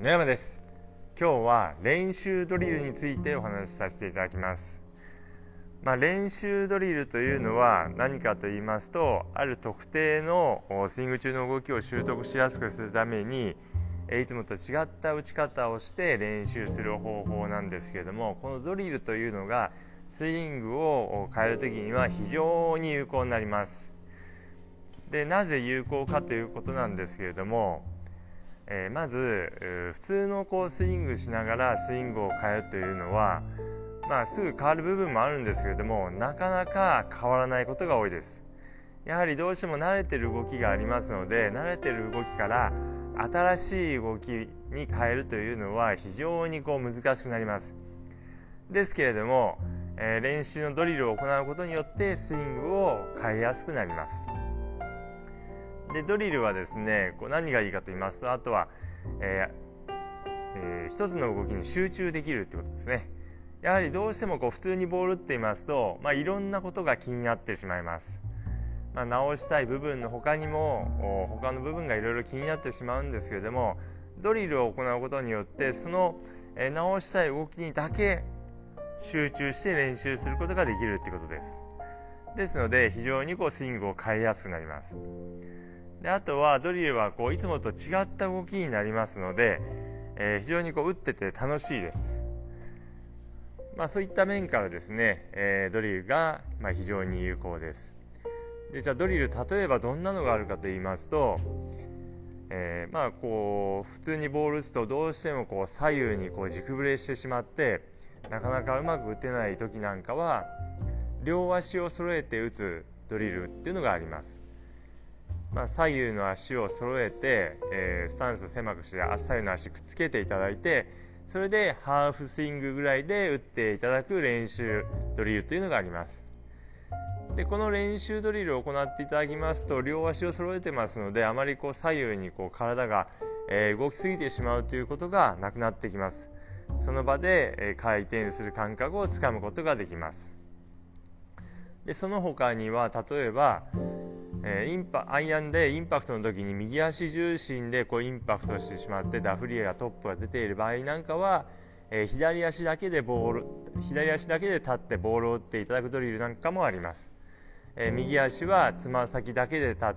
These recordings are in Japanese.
野山です。今日は練習ドリルについてお話しさせていただきます。練習ドリルというのは何かと言いますと、ある特定のスイング中の動きを習得しやすくするためにいつもと違った打ち方をして練習する方法なんですけれども、このドリルというのがスイングを変えるときには非常に有効になります。で、なぜ有効かということなんですけれども、まず普通のスイングしながらスイングを変えるというのは、すぐ変わる部分もあるんですけれども、なかなか変わらないことが多いです。やはりどうしても慣れている動きがありますので、慣れている動きから新しい動きに変えるというのは非常に難しくなります。ですけれども、練習のドリルを行うことによってスイングを変えやすくなります。で、ドリルはですね、何がいいかと言いますと、あとは、一つの動きに集中できるということですね。やはりどうしても普通にボール打っていますと、いろんなことが気になってしまいます。直したい部分の他にも他の部分がいろいろ気になってしまうんですけれども、ドリルを行うことによってその直したい動きにだけ集中して練習することができるということです。ですので非常にスイングを変えやすくなります。で、あとはドリルはいつもと違った動きになりますので、非常に打ってて楽しいです。そういった面からですね、ドリルが非常に有効です。で、じゃあドリル、例えばどんなのがあるかと言いますと、普通にボール打つとどうしても左右に軸ぶれしてしまってなかなかうまく打てない時なんかは、両足を揃えて打つドリルっていうのがあります。左右の足を揃えて、スタンスを狭くして左右の足くっつけていただいて、それでハーフスイングぐらいで打っていただく練習ドリルというのがあります。で、この練習ドリルを行っていただきますと、両足を揃えてますので、あまり左右に体が、動きすぎてしまうということがなくなってきます。その場で、回転する感覚をつかむことができます。で、その他には例えばアイアンでインパクトの時に右足重心でインパクトしてしまってダフりやトップが出ている場合なんかは、左足だけで立ってボールを打っていただくドリルなんかもあります。右足はつま先だけで立って、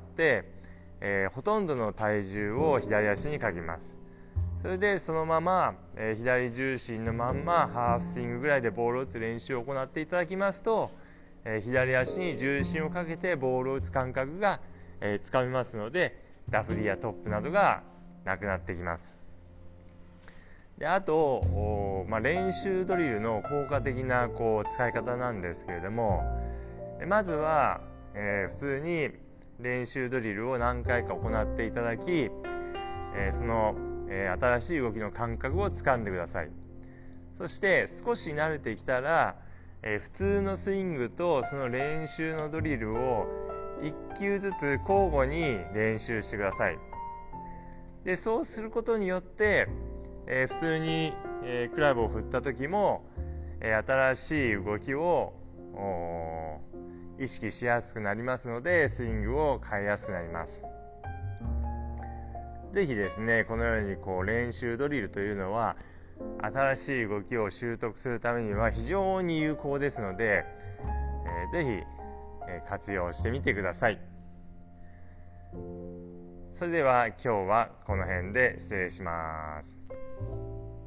ほとんどの体重を左足にかけます。それでそのまま、左重心のまんまハーフスイングぐらいでボールを打つ練習を行っていただきますと、左足に重心をかけてボールを打つ感覚が、つかめますので、ダフりやトップなどがなくなってきます。で、あと、練習ドリルの効果的な使い方なんですけれども、まずは、普通に練習ドリルを何回か行っていただき、その、新しい動きの感覚をつかんでください。そして少し慣れてきたら、普通のスイングとその練習のドリルを1球ずつ交互に練習してください。で、そうすることによって、普通に、クラブを振った時も、新しい動きを意識しやすくなりますので、スイングを変えやすくなります。ぜひですね、このように練習ドリルというのは新しい動きを習得するためには非常に有効ですので、ぜひ、活用してみてください。それでは今日はこの辺で失礼します。